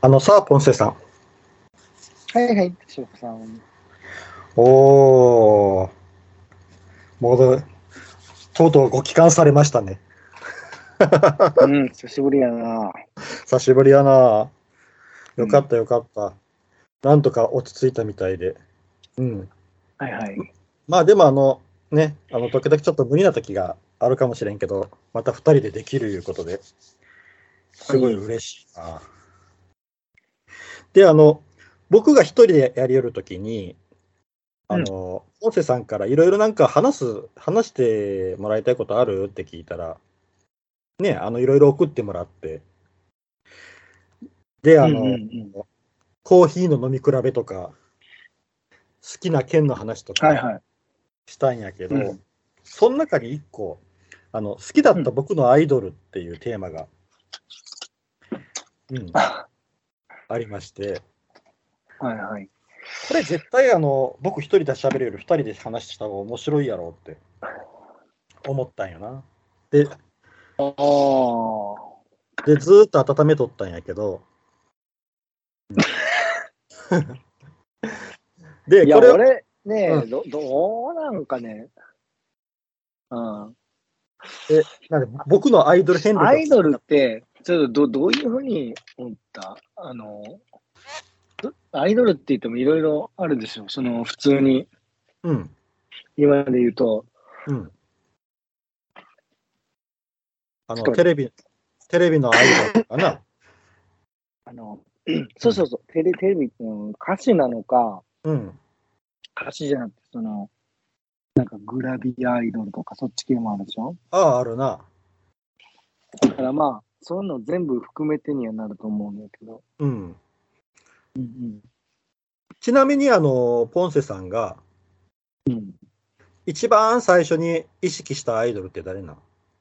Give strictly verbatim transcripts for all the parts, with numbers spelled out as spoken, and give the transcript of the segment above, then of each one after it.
あのさ、ポンセさん。 はいはい、翔子さん。 おー、もう、とうとうご帰還されましたね。 うん、久しぶりやな。 久しぶりやな。 うん。 よかったよかった。なんとか落ち着いたみたいで。うん。 はいはい。 まあでもあの、ね、あの、時々ちょっと無理な時があるかもしれんけど、またふたりでできるいうことで、すごいはい。 嬉しいな。で、あの、僕が一人でやりよるときに、あうん。 の、ポンセさんからいろいろなんか話す、話してもらいたいことあるって聞いたら、ね、あの、いろいろ送ってもらって、で、 うんうあの、 んコーヒーの飲み比べとか、好きな県の話とうん。はいかはい。 したんやけど、 うん。 その中に一個、あの、好きだったうん。 僕のアイドルっていうテーマが、うん、ありまして、 はいはい。 これ絶対あの、僕一人で喋るより二人で話した方が面白いやろうって思ったんよな。で、 ああ。 で、ずーっと温めとったんやけど、うん、で、 いや、 これを、 俺、 うん、 ね、ど、どうなんかね。うん。 え、なんで僕のアイドル遍歴を聞アイドルきた。 って、ちょっとど、どういうふうに思ったあの、アイドルって言ってもいろいろあるでしょ。その、普通に、 うん、 今で言うと、 うん。あの、 ちょっと待って、 テレビ、テレビのアイドルとかな。 あの、 うん、 そうそうそう、テレ、テレビ、うん、歌手なのか、 うん。 歌手じゃなくて、その、なんかグラビアアイドルとかそっち系もあるでしょ。 ああ、あるな。 だからまあ、そういうの全部含めてにはなると思うんだけど。 うん。 うんちなみに、あの、ポンセさんがうん。うん。 一番最初に意識したアイドルって誰なん？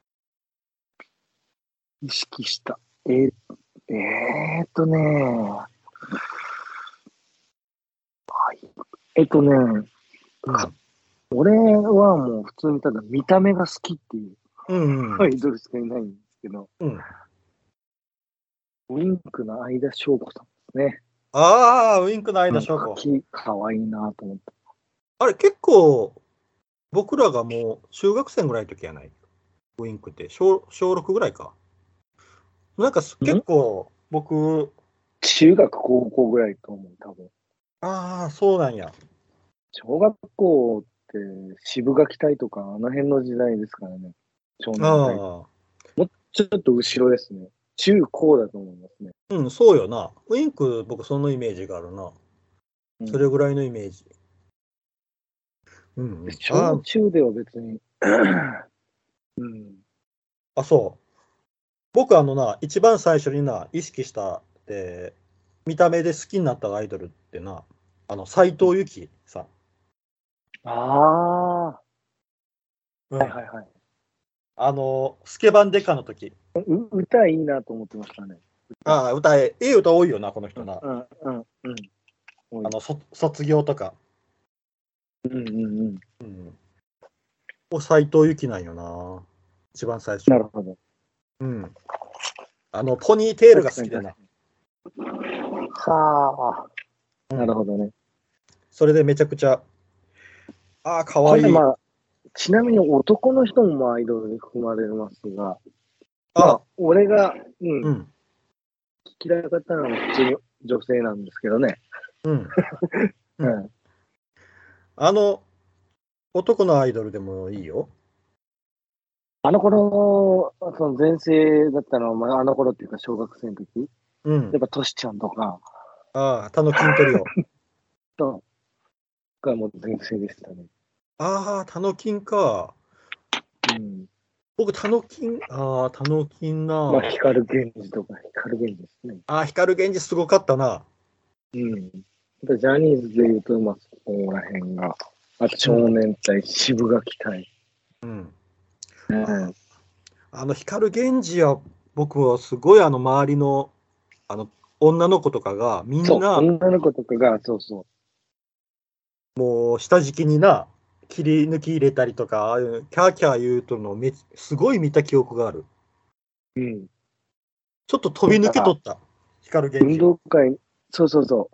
意識した。えー、えーっとね、えっとね、かうん。 俺はもう普通にただ見た目が好きっていううんうん。 アイドルしかいないんですけど、 うん。 ウインクの相田翔子さんですね。 ああ、ウインクの間なん翔子。 かき、かわいいなと思って。 あれ、結構、僕らがもう中学生ぐらいの時やない？ウインクって小、小ろくぐらいか。なんかす結ん構、僕、 中学、高校ぐらいと思う、多分。 ああ、そうなんや。 小学校って渋垣隊とかあの辺の時代ですからね。少年隊。 ああ、 ちょっと後ろですね。中高だと思いますね。 うん、そうよな。ウインク、僕そのイメージがあるな。 うん。 それぐらいのイメージ。うんうん。あ小中では別に、うん。 あ、あ、そう。僕あのな、一番最初にな、意識した、で、見た目で好きになったアイドルってな、あの、斎藤由貴さん。 ああ、はうん。 いはいはい。 あの、スケバンデカの時。 う歌いいなと思ってましたね。歌。 ああ、歌え、いい歌多いよな、この人な。 うんうんうんうん。多い。 あの、そ卒業とか。 うんうんうん。 うん。を斎藤由貴なんよな。一番最初。 なるほど。 うん。あの、ポニーテールが確好きでな。 かに確かに。はあ、 うん。 なるほどね。 それでめちゃくちゃ、ああ、かわいい。 これまあ、ちなみに男の人もアイドルに含まれますが、まあ、 あ、俺が、うん、 うん。 嫌いかったのは普通に女性なんですけどね。 うん。うん。 うん。 あの、男のアイドルでもいいよ。 あの頃、その前世だったのは、まあ、あの頃っていうか小学生の時、 うん。 やっぱトシちゃんとか、 ああ、タノキントリオ。 と、がもう前世でしたね。 ああ、タノキンか。 うん。 僕、タノキン、ああ、タノキンまあ、 な。 光源氏とか、光源氏ですね。 ああ、光源氏すごかったな。 うん。やっぱジャニーズで言うと、まあ、そこら辺が。あと、少うん。 年隊、渋垣隊。 うん。 うあん。 あの、光源氏は、僕はすごいあの、周りの、あの、女の子とかが、みんそう、 な、 女の子とかが、そうそもう、下敷きにな、切り抜き入れたりとか、ああいうキャーキャー言うとのめ、すごい見た記憶がある。 う。うん。 ちょっと飛び抜けとあ、 った。 運光源氏。 動会、そうそうそう。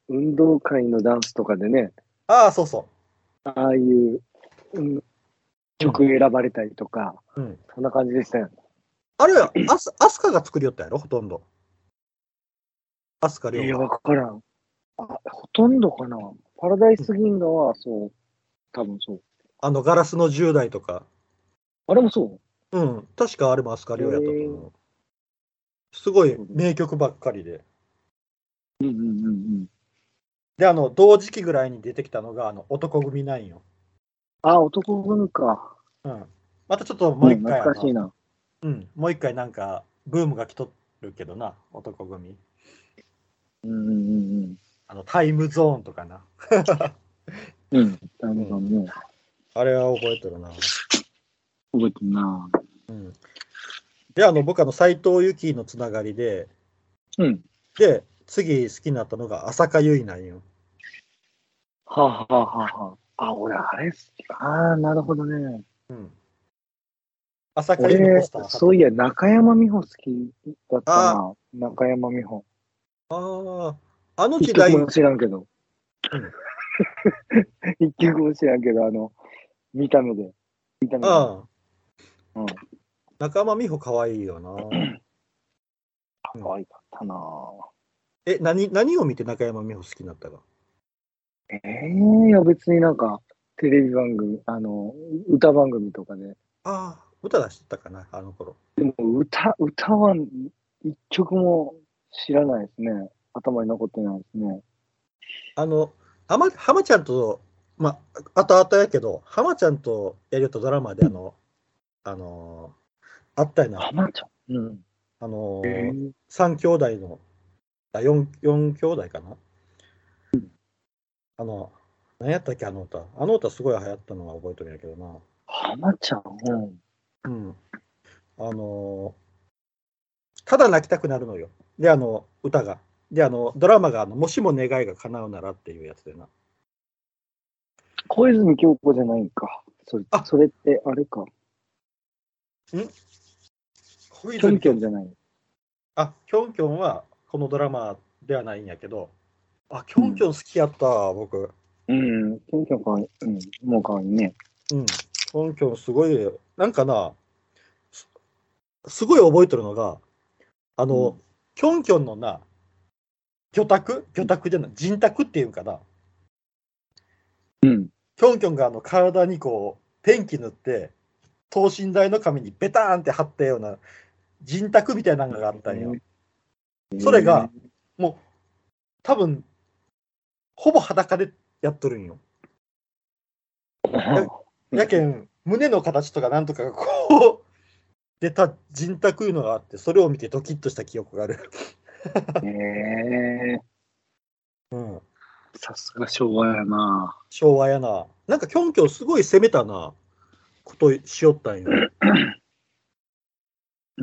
運動会のダンスとかでね、 ああ、そうそああいう、うん、 う。うん。 曲選ばれたりとか、 うん。 そんな感じでしたよね。 あれは、アスアスカが作りよったやろ、ほとんど。アスカいや、 亮が。 わからん。あ、ほとんどかな。パラダイうん。 ス銀河は、そう、多分そう。 あの、ガラスのじゅう代とか。 あれもそうん。確かあれもアスカう。 亮やったとへえ。 思う。すごいそうです。 名曲ばっかりで。 うんうんうんうん。 で、あの、同時期ぐらいに出てきたのが、あの、男組なんよ。 あ、男組か。 うん。またちょっともうね、 一回、あの、 懐かしいな。 うん、もう一回なんか、ブームが来とるけどな、男組。 うんうんうんうん。 あの、タイムゾーンとかな。 うん。タイうん。 ムさんね。 あれは覚えてるな。 覚えてるな。 うん。で、あの、僕、あの、斎藤由貴のつながりで、 うん。 で、次好きになったのが浅香唯なんよ。 はあ、はあはあはあ。あ、俺、あれ好き。ああ、なるほどね。 うん。浅香唯のポ俺、 スター貼っとった。 そういや、中山美穂好きだったあな。中山美穂。 あ、ああ、あの時代、 一曲も知らんけど。 うん。 一曲も知らんけど、あの、見た目で。見た目で。 ああ、 うん。 中間美穂可愛いよな。うん。 可愛かったな。 え、何、何を見て中山美穂好きになったか。 ええいや、別になんか、テレビ番組、あの、歌番組とかで。 ああ、歌出してたかな、あの頃。 でも、歌、歌は一曲も知らないですね。頭に残ってないですね。 あの、浜浜ちゃんと、まあ、後々やけど、浜ちゃんとやりよったドラマで、あの、あのーあったよな。 浜ちゃん。うん。 あえのー、 え三兄弟の、あ、四、四兄弟かな。あの、何やったっけ、あの歌。あの歌すごい流行ったのは覚えてるんやけどな。 浜ちゃん。うん。 うん。あのーただ泣きたくなるのよ。で、あの、歌が。で、あの、ドラマが、あの、もしも願いが叶うならっていうやつでな。 小泉京子じゃないんか。それ、 あ、 それって、あれか。 ん小キョン泉今日。 キョンじゃない。 あ、キョンキョンはこのドラマではないんやけど、あ、キョンキうん。 ョン好きやったわ、僕。 うん。キョンキョンかわいい。うん。もうかわいいね。 うん。キョンキョンすごい、なんかな、すすごい覚えてるのが、あうん。 の、キョンキョンのな、魚拓魚拓じゃない、人拓っていうんかな。 うん。 キョンキョンがあの体にこう、ペンキ塗って、等身大の紙にベターンって貼ったような人拓みたいなのがあったんよ。 えそれが、 えもう、多分、ほぼ裸でやっとるんよ。や、やけん、胸の形とかなんとかがこう、出た人卓いうのがあって、それを見てドキッとした記憶がある。 ええうん。 さすが昭和やな。 昭和やな。なんかキョンキョンすごい攻めたな、ことしよったんよ。 うん。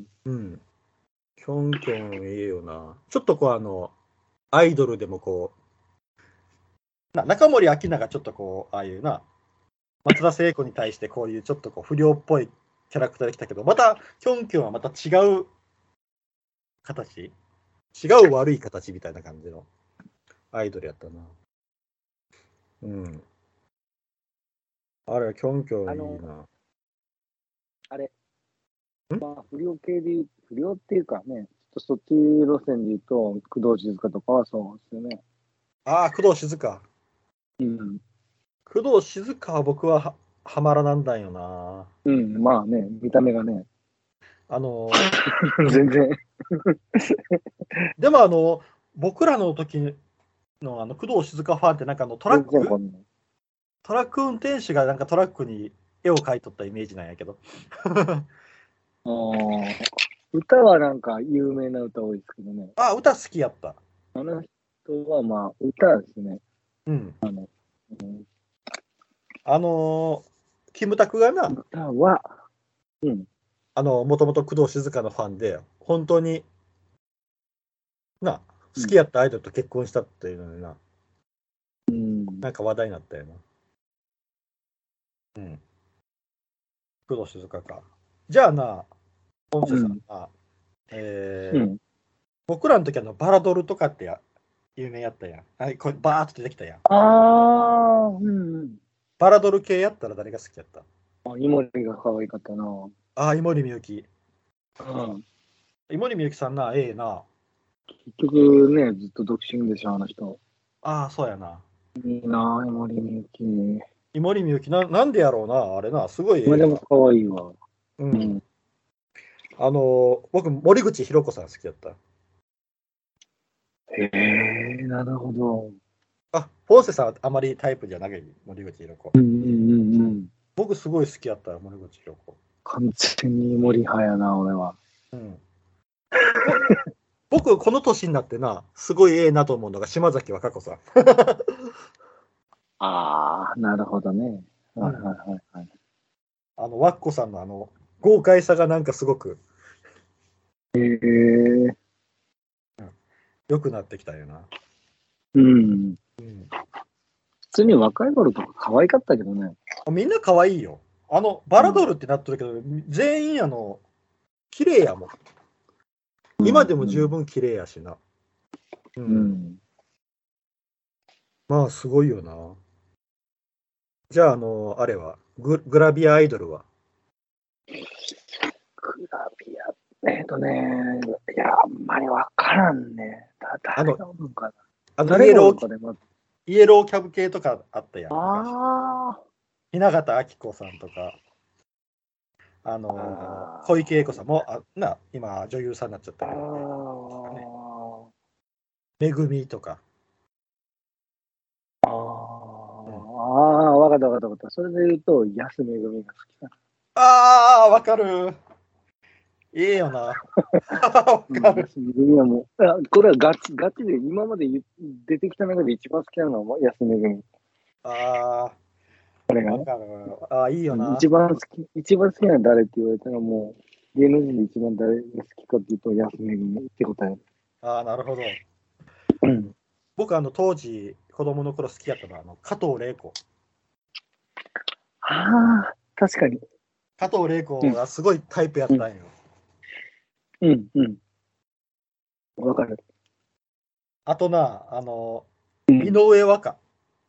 うん。キョンキョンええよな。ちょっとこうあの、アイドルでもこう、な中森明菜がちょっとこう、ああいうな、松田聖子に対してこういうちょっとこう不良っぽいキャラクターできたけど、またキョンキョンはまた違う形、違う悪い形みたいな感じのアイドルやったな。うん。あれ、キョンキョあの、 ンいいな。 あれ、 んまあ、不良系で言う、不良っていうかね、ちょっとそっち路線で言うと、工藤静香とかはそうですよね。 ああ、工藤静香。 うん。 工藤静香は僕はははまらなんだんよな。 うん、まあね、見た目がね、 あの、 全然、 でもあの、僕らの時のあの工藤静香ファンってなんかあのトラッ全然わかクんない。 トラック運転手がなんかトラックに絵を描いとったイメージなんやけど。 ああ、歌はなんか有名な歌多いですけどね。 あ、歌好きやった。 あの人はまあ、歌ですね。 うん。 あの、うん、 あのーキムタクがな、 歌は、うん、 あの、もともと工藤静香のファンで、本当にな、 うん、 好きやったアイドルと結婚したっていうのにな、 うん、 なんか話題になったよな。うん。工藤静香か。じゃあな、音声うん、 さんな、えー、 うん。 僕らの時あのバラドルとかってや有名やったやん。はい、これバーっと出てきたやん。 ああ、うん。 バラドル系やったら誰が好きやった？ あ、イモリが可愛かったな。 ああ、井森美幸。 うん。 井森美幸さんな、ええな。 結局ね、ずっと独身でしょ、あの人。 ああ、そうやな。 いいな、イモリみゆき。 井森美幸な、なんでやろうな、あれな、すごいえ今でもえな。 可愛いわ。 う。 うんん。 あのー僕、森口博子さん好きやった。 へえ、なるほど。 あ、ポンセさんはあまりタイプじゃない、森口博子。 うんうんうんうん。 僕、すごい好きやった、森口博子。 完全にイモリ派やな、俺は。 うん。僕、この年になってな、すごいええなと思うのが島崎和歌子さん。 ああ、なるほどね。はいはいうん。 はいはい。 あの、和子さんのあの、豪快さがなんかすごくへえ、 良くなってきたよな。 うん。 うん。 普通に若い頃とか可愛かったけどね。 みんな可愛いよ。あの、バラドうん。 ルってなってるけど、全員あの、綺麗やもん。 うん今でも十分綺麗やしな。ううん。 ん。 うん。 まあ、すごいよな。じゃあ、あの、あれは、グ、グラビアアイドルは。 グラビア、えっとね、いや、あんまりわからんね。だ、 あの、 誰がおるんかな。 あのイ誰がおエロー、 るんかね、まイエローキャブ系とかあったやん、昔。 あ雛形あき子さんとか、ああ、 のーあ小池栄子さんも、あな、今、女優さんになっちゃっあ、 たけど、ね、 あめぐみとか。 あ、あうん、 あ、わかったわかったわかった。それで言うと、安めぐみが好きだ。 ああ、わかる。いいよな。わうん、 かる。 安めぐみはもう、あ、これはガチ、ガチで今まで言出てきた中で一番好きなのは安めぐみ。 ああ、わこれがね。 かる。ああ、いいようんな。 一番好き、一番好きなのは誰って言われたらもう、芸能人で一番誰が好きかっていうと、安めぐみって答える。 ああ、なるほど。 うん。 僕、あの、当時、子供の頃好きやったのは、あの、加藤玲子。 ああ、確かに。 加藤玲子うん、 がすごいタイプやっうん、 たんよ。 うん、うん。わかる。 あとな、あの、井うん。 上和歌。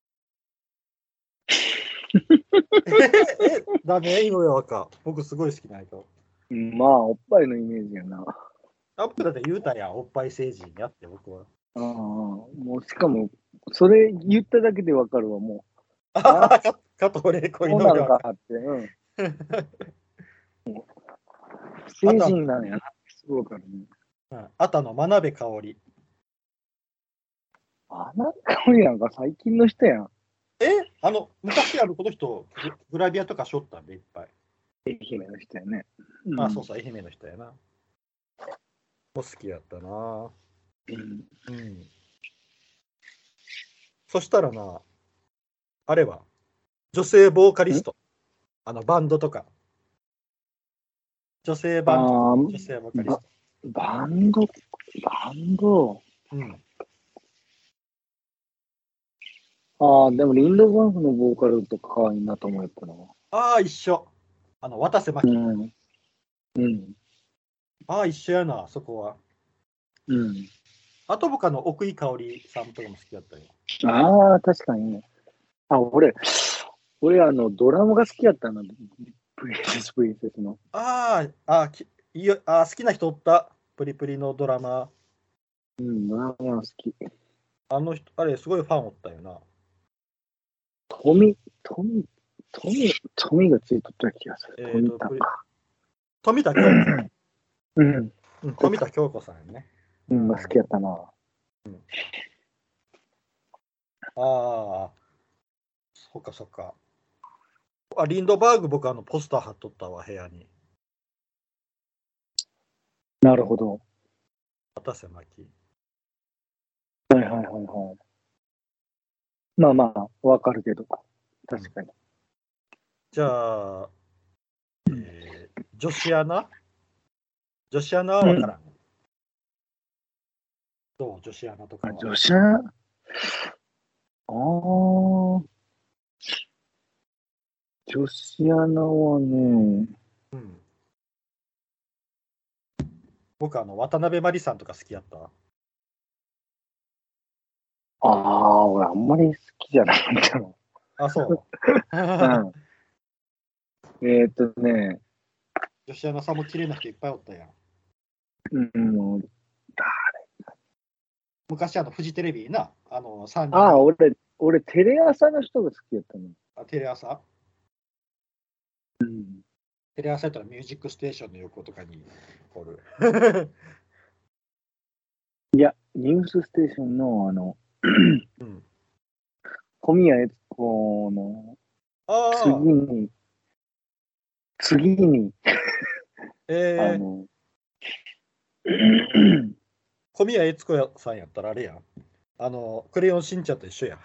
え、え、ダメ井上和歌。僕すごい好きなんやけど。 まあ、おっぱいのイメージやな。 あ、僕だって言うたやん、おっぱい成人やって、僕は。 ああ、もうしかも、それ言っただけでわかるわ、もあう。ああ、 はは加加藤玲子、井そうなん上和歌。 かって、うん。成あとあの、 人なんやな。すごいわかるね。 うん、あとあの、真鍋かおり。 あ、なんか無理なんか最近の人やん。 えあの、昔あるこの人、ググラビアとかしょったんで、いっぱい。 愛媛の人やね。うあ、 ん。 そうそう、愛媛の人やな。もう好きやったな。 うん。 うん。そしたらな、あれは、女性ボーカリスト。あの、バンドとか。女性バンドとか、 ああ女性ボーカー、ば、 リスト。 バンド、バンド。 うん。 ああ、でもリンドバーグのボーカルとか可愛いなと思ったな。 ああ、一緒。あの、渡瀬真希。 うん。うん。 ああ、一緒やな、そこは。 うん。 あと僕あの、奥井香織さんとかも好きだったよ。 ああ、確かにね。あ、俺、俺、あの、ドラマが好きやったな。プリンセス、プリンセスの。 あーあー、きいいよあー、好きな人おった。プリプリのドラマ。 うん、ドラマが好き。 あの人、あれ、すごいファンおったよな。 富、富、富、富がついとった気がする。 えっ、と、 富田。 プリ富田京子さん。 うん。 うん、富田京子さんやね。 うん、 うん。 好きやったな。 ああ、そっかそっか。あ、リンドバーグ僕あの、ポスター貼っとったわ、部屋に。 なるほど。 渡瀬真希。 はいはいはいはい。まあまあ、わかるけど。 うん、 確かに。 じゃあ、 うん。 えー、女子アナ女子アナはうん。 わからん。どう女子アナとかあ、 は。 女子アナ、ああ、女子アナはね、 うん。 僕、あの、渡辺麻里さんとか好きやった。 ああ、俺あんまり好きじゃなかったの。 あ、そう。 うん。えーっとね、 吉山さんも綺麗な人いっぱいおったやん。 うん、もう昔、あの、フジテレビな、あの、さんにんああ、 の俺、俺、テレ朝の人が好きやったの。 あテレ朝うん。 テレ朝やったらミュージックステーションの横とかにおる。 いや、ニュースステーションの、あの、 うん、 小宮悦子の次ああ、 に、次に、あえー、 の、 小宮悦子さんやったらあれやん。あの、クレヨンしんちゃんと一緒や。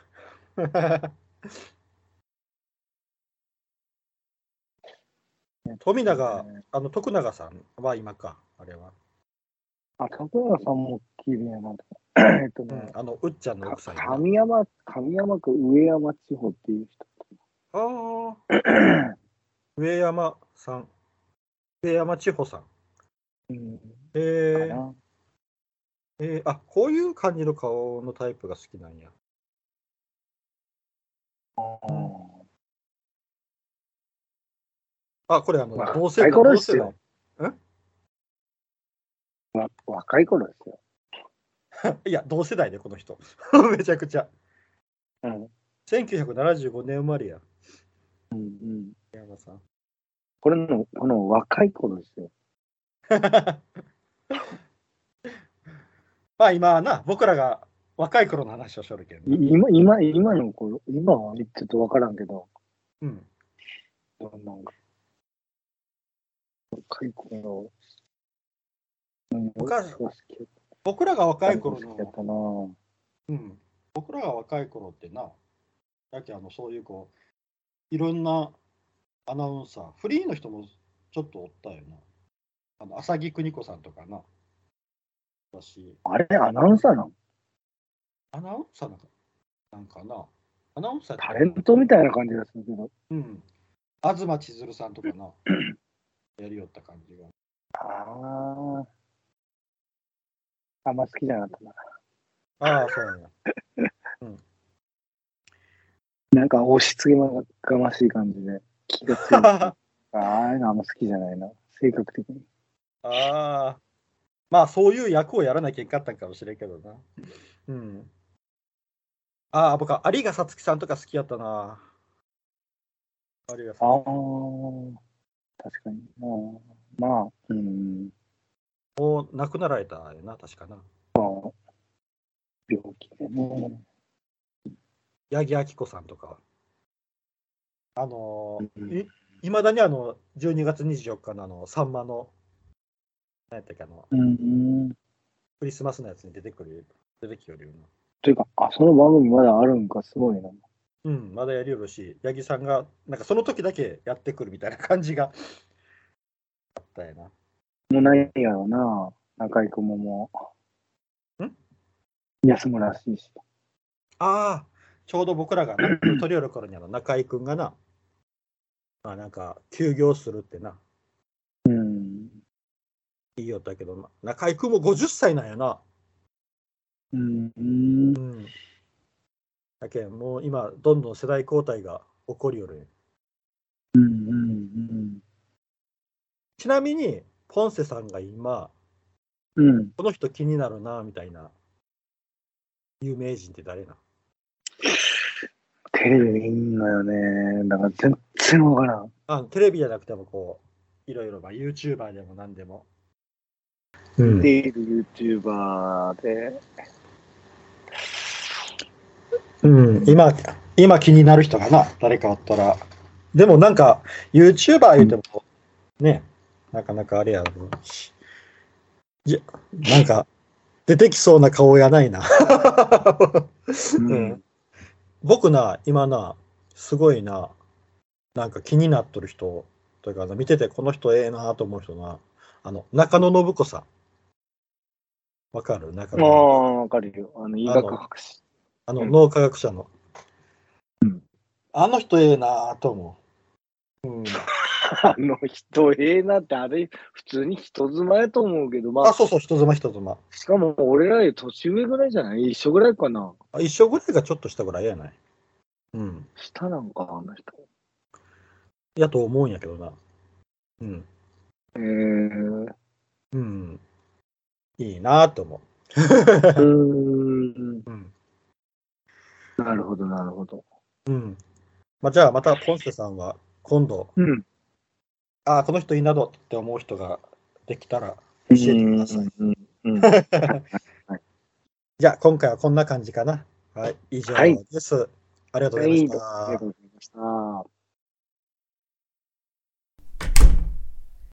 富永、あの、徳永さんは今か、あれは。 あ、徳永さんも綺麗な。えっとね、 うん、あの、うっちゃんのか奥さんやな。 上山、上山区上山地方っていう人。 ああ、上山さん、上山千穂さん。 うん、かえー、 な。 えー、あ、こういう感じの顔のタイプが好きなんや。うん、あ、これあの、同世若い代、同世代。 頃ですよ。 んわ若い頃ですよ。 いや、同世代で、この人。めちゃくちゃ。 うん。 せんきゅうひゃくななじゅうごねん生まれや。 うんうん。 山さん。 これの、この若い頃ですよ。 まあ今はな、僕らが若い頃の話をしょるけんな。 今、今、今の頃、今はちょっとわからんけど、 うん。 なんか、若い頃、うん、 昔、 好きやっ僕らが若たい頃の、 好きやったな。 うん、僕らが若い頃ってな、だけあの、そういうこう、いろんなアナウンサー、フリーの人もちょっとおったよな。あの、浅木邦子さんとかな。私、 あれ、アナウンサーなの？ アナウンサーなんかなんかな。アナウンサーやったかな。 タレントみたいな感じがするけど。 うん。東千鶴さんとかな、やりよった感じが。 ああ、あんま好きじゃなかったな。 ああ、そうなんや。うん。 なんか押し付けがましい感じで、気が強い。ああいうのあんま好きじゃないな、性格的に。 ああ、まあそういう役をやらなきゃいけなかったんかもしれんけどな。うん。ああ、僕は有賀さつきさんとか好きやったな。有賀さああ、 ん。 確かに。まあ、まあ、うん、 もう亡くなられたよな、確かな。 病気でね。 八木亜希子さんとか。あのうんー、いまだにあの、じゅうにがつにじゅうよっかのあの、さんまの、何やったっけ、あの、 うん、 クリスマスのやつに出てくる、出てきよるよな。 というか、あ、その番組まだあるんか、すごいな。 うん、まだやりよるし、八木さんが、なんかその時だけやってくるみたいな感じがあったやな。 もうないやろな、中居君ももんう、休むらしいし。 ああ、ちょうど僕らがな、これ撮り寄る頃にあの中居君がな、まあなんか休業するってな、 うん。 言いよったけど、中居君もごじゅっさいなんやな。 うん。うん。 うん。だけんもう今、どんどん世代交代が起こりよる。 うん。うん。 ちなみに、ポンセさんが今、 うん。 この人気になるな、みたいな、有名人って誰な？ テレビ見んのよね。だから全然わからん。 あ、テレビじゃなくてもこう、いろいろ、まあ、YouTuber でも何でも。 見ている YouTuber で。 うん、今、今気になる人がな、誰かおったら。でもなんか、YouTuber 言うても、ね、なかなかあれやろ。いや、なんか、出てきそうな顔やないな。 ううんん、僕な、今な、すごいな、なんか気になっとる人というか、見ててこの人ええなと思う人な、あの、中野信子さん。わかる？中あ野信子。 あ、わかるよ。あの、医学博士。 あの、 うん脳科学者の。 うんあの人ええなと思う。うん。 あの人、ええなって、あれ、普通に人妻やと思うけど、まあ、 あ、そうそう、人妻人妻。 しかも俺らより年上ぐらいじゃない？一緒ぐらいかな。 あ、一緒ぐらいがちょっとしたぐらいやない。うん。 下なんか、あの人。 やと思うんやけどな。うん。 えー、 うん。いいなと思うーん。 う。うん。 なるほど、なるほど。 うん。まあ、じゃあ、また、ポンセさんは、今度、 うん。 ああ、この人いいなどって思う人ができたらう教えてください。 ん、うん、うん。はい。 じゃあ、今回はこんな感じかな。はい、以はい。 上です。ありがとうございましはい、どうもありがた。 とうございました。